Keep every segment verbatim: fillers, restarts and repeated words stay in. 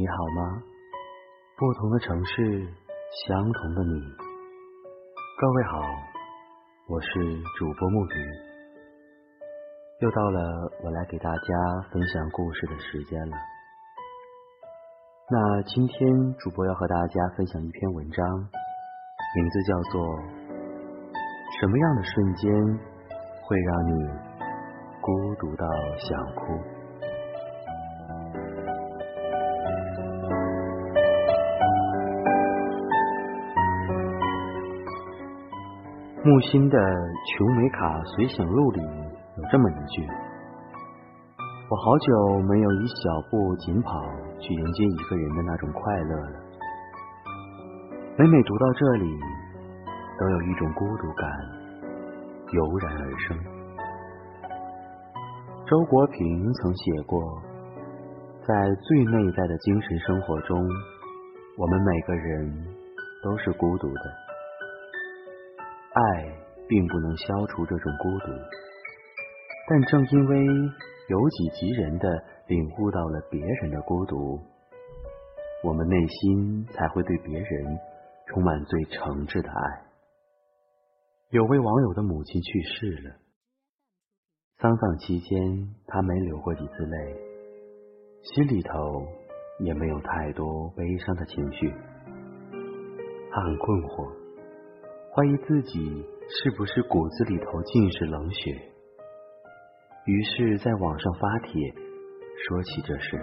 你好吗？不同的城市，相同的你。各位好，我是主播木鱼，又到了我来给大家分享故事的时间了。那今天主播要和大家分享一篇文章，名字叫做《什么样的瞬间会让你孤独到想哭》。木心的《琼美卡随想录》里有这么一句：我好久没有以小步紧跑去迎接一个人的那种快乐了。每每读到这里，都有一种孤独感油然而生。周国平曾写过，在最内在的精神生活中，我们每个人都是孤独的。爱并不能消除这种孤独，但正因为由己及人的领悟到了别人的孤独，我们内心才会对别人充满最诚挚的爱。有位网友的母亲去世了，丧葬期间他没流过几次泪，心里头也没有太多悲伤的情绪。他很困惑，怀疑自己是不是骨子里头尽是冷血，于是在网上发帖说起这事。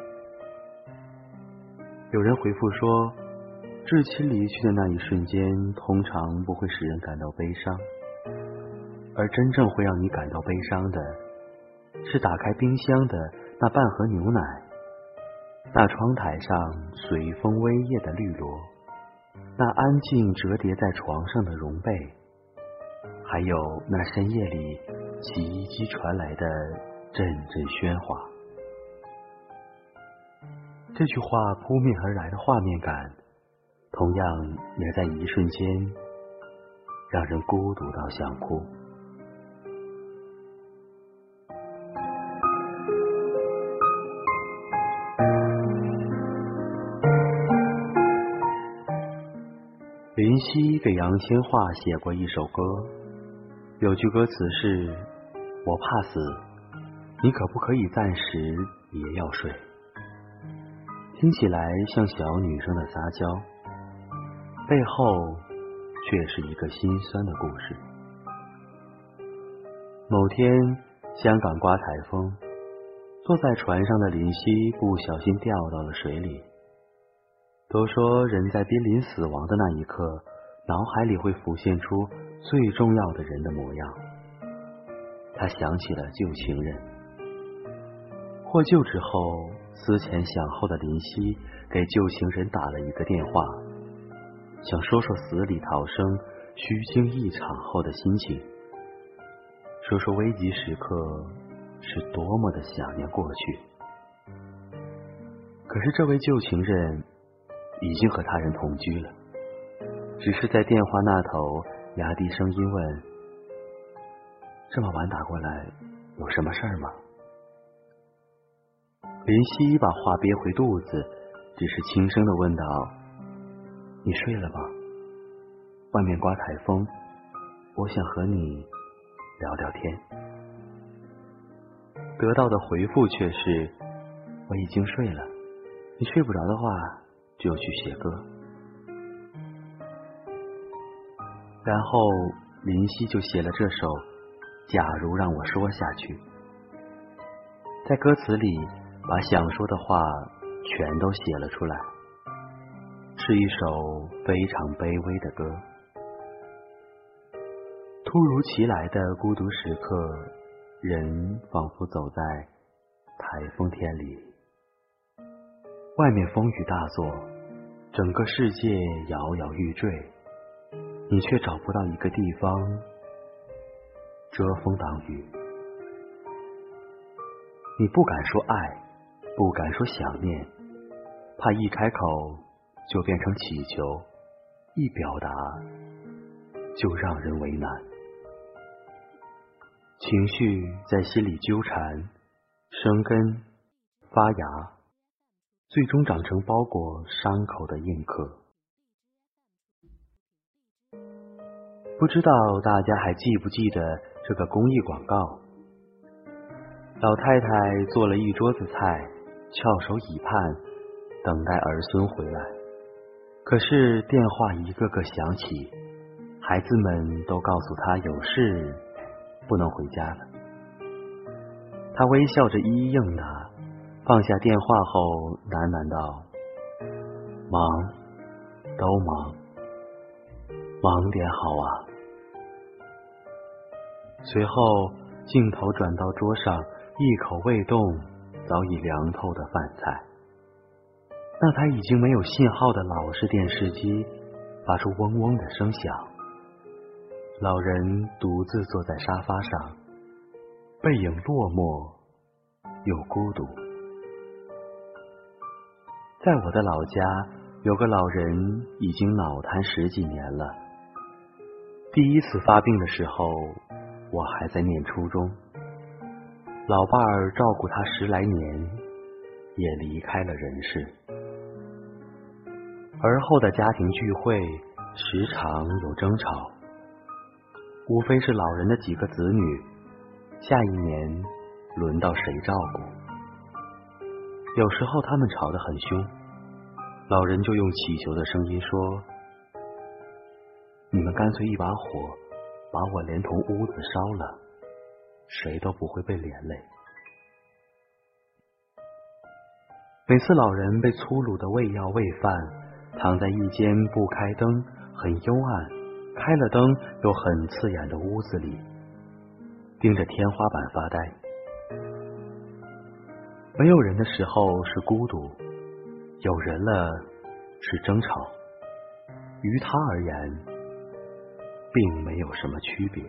有人回复说，至亲离去的那一瞬间通常不会使人感到悲伤，而真正会让你感到悲伤的是打开冰箱的那半盒牛奶，那窗台上随风微曳的绿萝，那安静折叠在床上的绒被，还有那深夜里洗衣机传来的阵阵喧哗。这句话扑面而来的画面感，同样也在一瞬间让人孤独到想哭。林夕给杨千嬅写过一首歌，有句歌词是：我怕死，你可不可以暂时别要睡。听起来像小女生的撒娇，背后却是一个心酸的故事。某天香港刮台风，坐在船上的林夕不小心掉到了水里。都说人在濒临死亡的那一刻，脑海里会浮现出最重要的人的模样。他想起了旧情人。获救之后，思前想后的林夕给旧情人打了一个电话，想说说死里逃生、虚惊一场后的心情，说说危急时刻是多么的想念过去。可是这位旧情人已经和他人同居了，只是在电话那头压低声音问：这么晚打过来，有什么事儿吗？林夕把话憋回肚子，只是轻声地问道：你睡了吗？外面刮台风，我想和你聊聊天。得到的回复却是：我已经睡了，你睡不着的话就去写歌。然后林夕就写了这首《假如让我说下去》，在歌词里把想说的话全都写了出来，是一首非常卑微的歌。突如其来的孤独时刻，人仿佛走在台风天里，外面风雨大作，整个世界摇摇欲坠，你却找不到一个地方遮风挡雨。你不敢说爱，不敢说想念，怕一开口就变成乞求，一表达就让人为难。情绪在心里纠缠，生根发芽， 最终长成包裹伤口的印刻。不知道大家还记不记得这个公益广告？老太太做了一桌子菜，翘首以盼，等待儿孙回来。可是电话一个个响起，孩子们都告诉她有事不能回家了。她微笑着一一应答，放下电话后喃喃道：忙，都忙，忙点好啊。随后镜头转到桌上一口未动早已凉透的饭菜，那台已经没有信号的老式电视机发出嗡嗡的声响。老人独自坐在沙发上，背影落寞又孤独。在我的老家，有个老人已经脑瘫十几年了。第一次发病的时候，我还在念初中，老伴儿照顾他十来年，也离开了人世。而后的家庭聚会时常有争吵，无非是老人的几个子女，下一年轮到谁照顾。有时候他们吵得很凶，老人就用乞求的声音说：你们干脆一把火把我连同屋子烧了，谁都不会被连累。每次老人被粗鲁的喂药喂饭，躺在一间不开灯很幽暗，开了灯又很刺眼的屋子里，盯着天花板发呆。没有人的时候是孤独，有人了是争吵，于他而言并没有什么区别。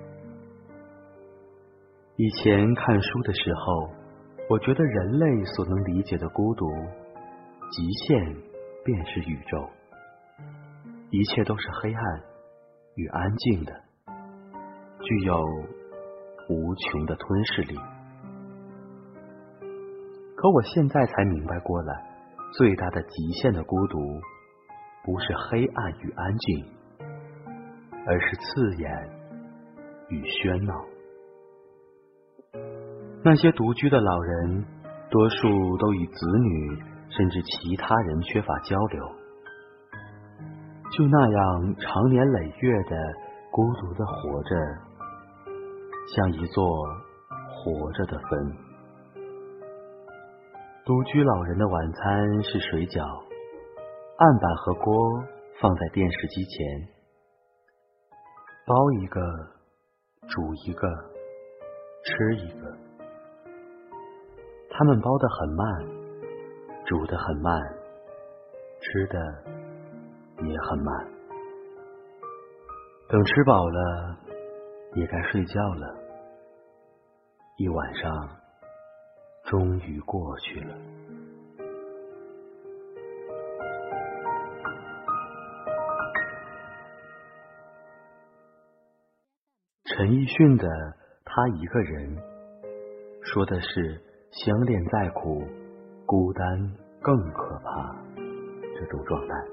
以前看书的时候，我觉得人类所能理解的孤独极限便是宇宙，一切都是黑暗与安静的，具有无穷的吞噬力。可我现在才明白过来，最大的极限的孤独不是黑暗与安静，而是刺眼与喧闹。那些独居的老人，多数都与子女甚至其他人缺乏交流，就那样长年累月的孤独的活着，像一座活着的坟。独居老人的晚餐是水饺，案板和锅放在电视机前，包一个，煮一个，吃一个。他们包得很慢，煮得很慢，吃的也很慢。等吃饱了，也该睡觉了。一晚上终于过去了。陈奕迅的《他一个人》说的是相恋再苦，孤单更可怕这种状态。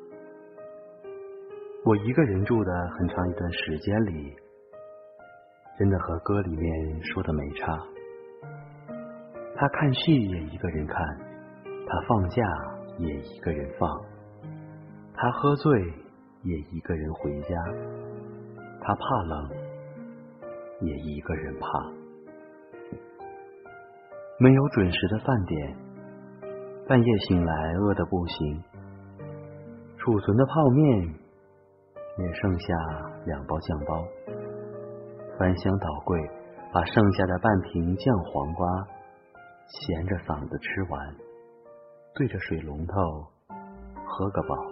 我一个人住的很长一段时间里，真的和歌里面说的没差。他看戏也一个人看，他放假也一个人放，他喝醉也一个人回家，他怕冷也一个人怕。没有准时的饭点，半夜醒来饿得不行，储存的泡面也剩下两包酱包，翻箱倒柜把剩下的半瓶酱黄瓜咸着嗓子吃完，对着水龙头喝个饱。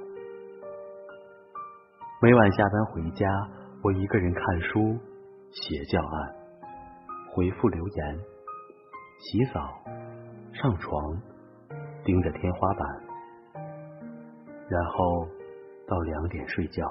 每晚下班回家，我一个人看书、写教案、回复留言、洗澡、上床，盯着天花板，然后到两点睡觉。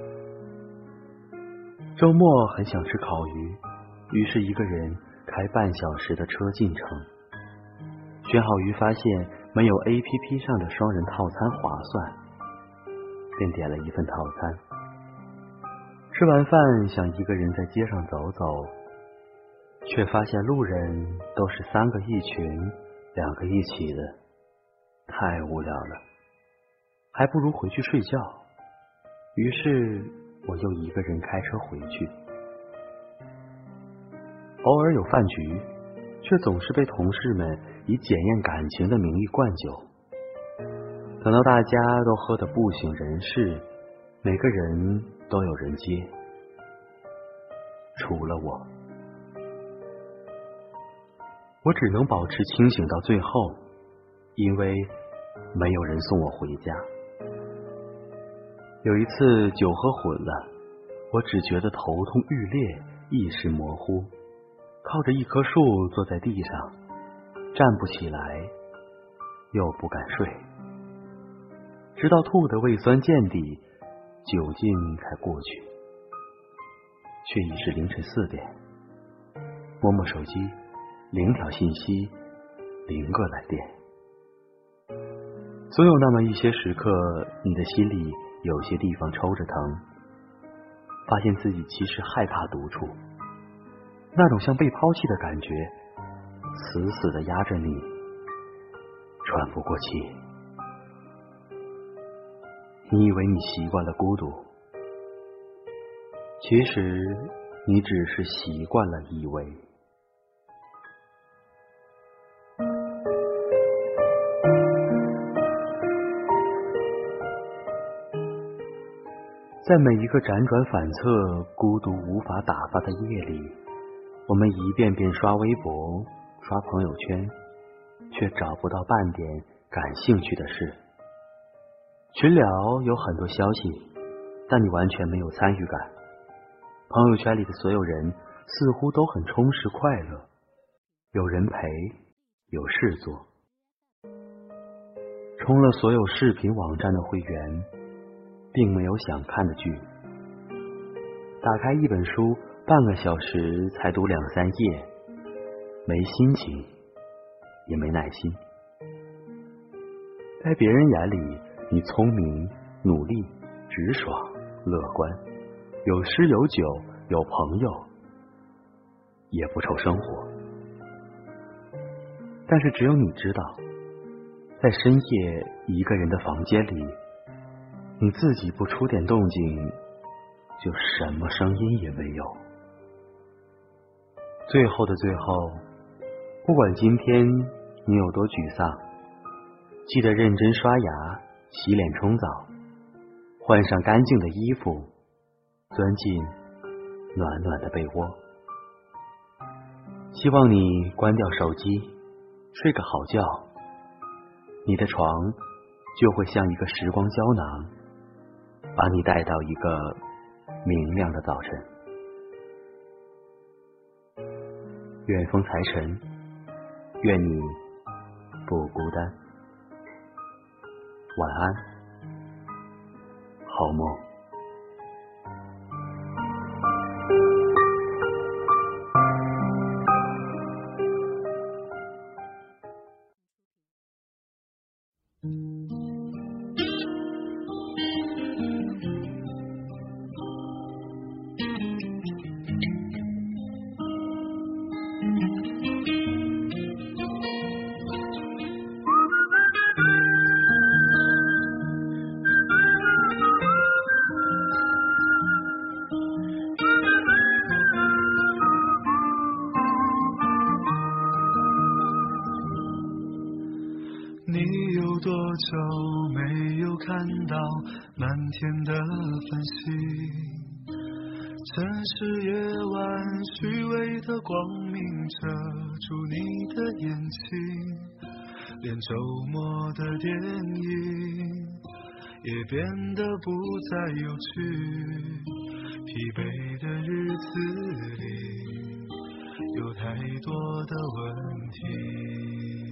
周末很想吃烤鱼，于是一个人开半小时的车进城。选好鱼发现没有 A P P 上的双人套餐划算，便点了一份套餐。吃完饭想一个人在街上走走，却发现路人都是三个一群，两个一起的，太无聊了，还不如回去睡觉。于是我又一个人开车回去。偶尔有饭局，却总是被同事们以检验感情的名义灌酒。等到大家都喝得不省人事，每个人都有人接，除了我。我只能保持清醒到最后，因为没有人送我回家。有一次酒喝混了，我只觉得头痛欲裂，意识模糊，靠着一棵树坐在地上，站不起来，又不敢睡，直到吐得胃酸见底，酒劲才过去，却已是凌晨四点。摸摸手机，零条信息，零个来电。总有那么一些时刻，你的心里有些地方抽着疼，发现自己其实害怕独处，那种像被抛弃的感觉，死死地压着你，喘不过气。你以为你习惯了孤独，其实你只是习惯了以为。在每一个辗转反侧、孤独无法打发的夜里，我们一遍遍刷微博、刷朋友圈，却找不到半点感兴趣的事。群聊有很多消息，但你完全没有参与感。朋友圈里的所有人似乎都很充实快乐，有人陪，有事做。充了所有视频网站的会员，并没有想看的剧。打开一本书，半个小时才读两三页，没心情，也没耐心。在别人眼里，你聪明、努力、直爽、乐观，有诗有酒，有朋友，也不愁生活。但是只有你知道，在深夜一个人的房间里，你自己不出点动静，就什么声音也没有。最后的最后，不管今天你有多沮丧，记得认真刷牙、洗脸冲澡，换上干净的衣服，钻进暖暖的被窝。希望你关掉手机，睡个好觉，你的床就会像一个时光胶囊，把你带到一个明亮的早晨。愿风财神，愿你不孤单。晚安，好梦。 你有多久没有看到满天的繁星？城市夜晚虚伪的光明遮住你的眼睛，连周末的电影也变得不再有趣。疲惫的日子里有太多的问题。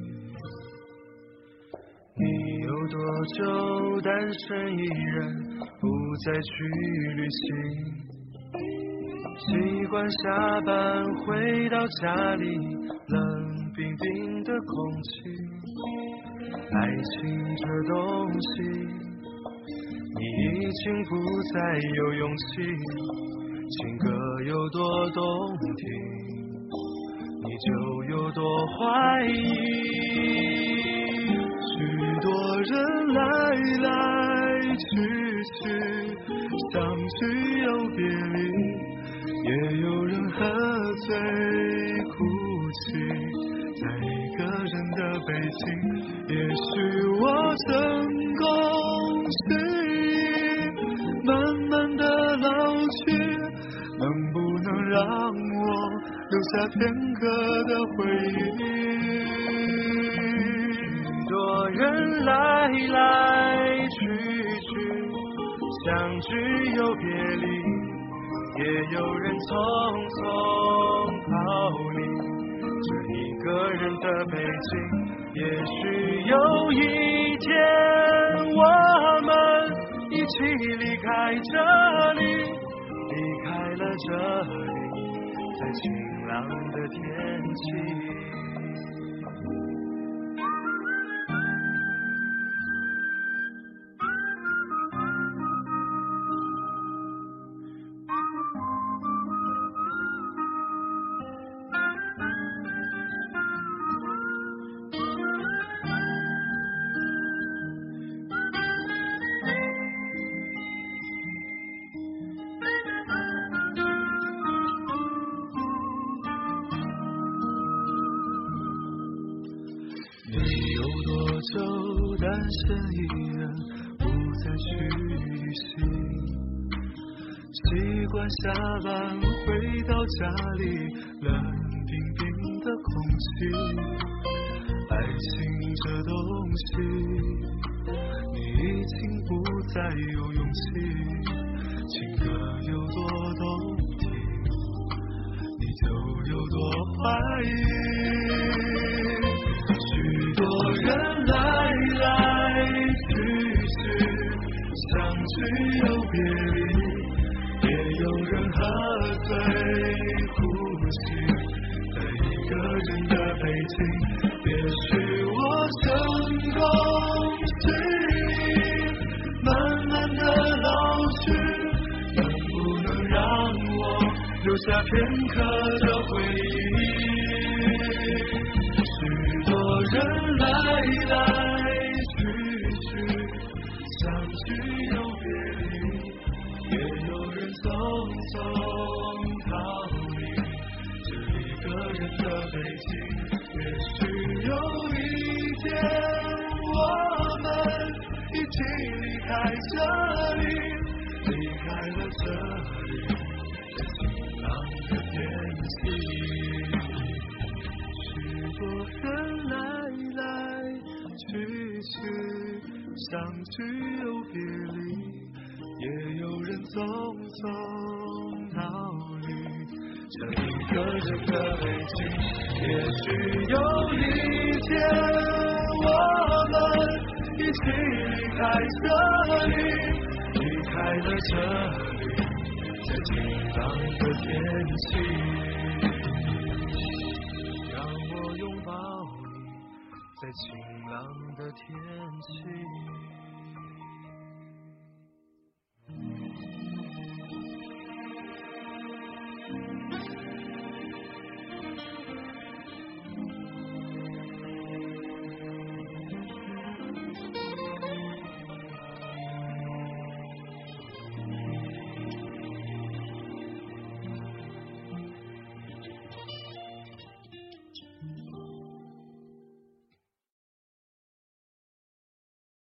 你有多久单身一人，不再去旅行？习惯下班回到家里，冷冰冰的空气， 爱情这东西，你已经不再有勇气。情歌有多动听，你就有多怀疑。许多人来来去去，相聚又别离，也有人喝醉哭泣，在一个人的北京。也许我成功失意，慢慢的老去，能不能让我留下片刻的回忆？许多人来来去去，相聚又别离，也有人匆匆逃离这一个人的北京。也许有一天我们一起离开这里，离开了这里，在晴朗的天气。就单身一人，不再去旅行，习惯下班回到家里，冷冰冰的空气。爱情这东西，你已经不再有勇气。情歌有多动听，你就有多怀疑。许多人来来去去，相聚又别离，也有人喝醉哭泣，在一个人的北京。也许我成功失意，慢慢的老去，能不能让我留下片刻的回忆？许多人来来去去，相聚又别离，也有人匆匆逃离这一个人的北京。也许有一天我们一起离开这里，离开了这里，在晴朗的天气。许多人来来去去，相聚又别离，也有人匆匆逃离这一个人的北京。也许有一天我们一起离开这里，离开了这里，在晴朗的天气。让我拥抱你，在晴朗的天气。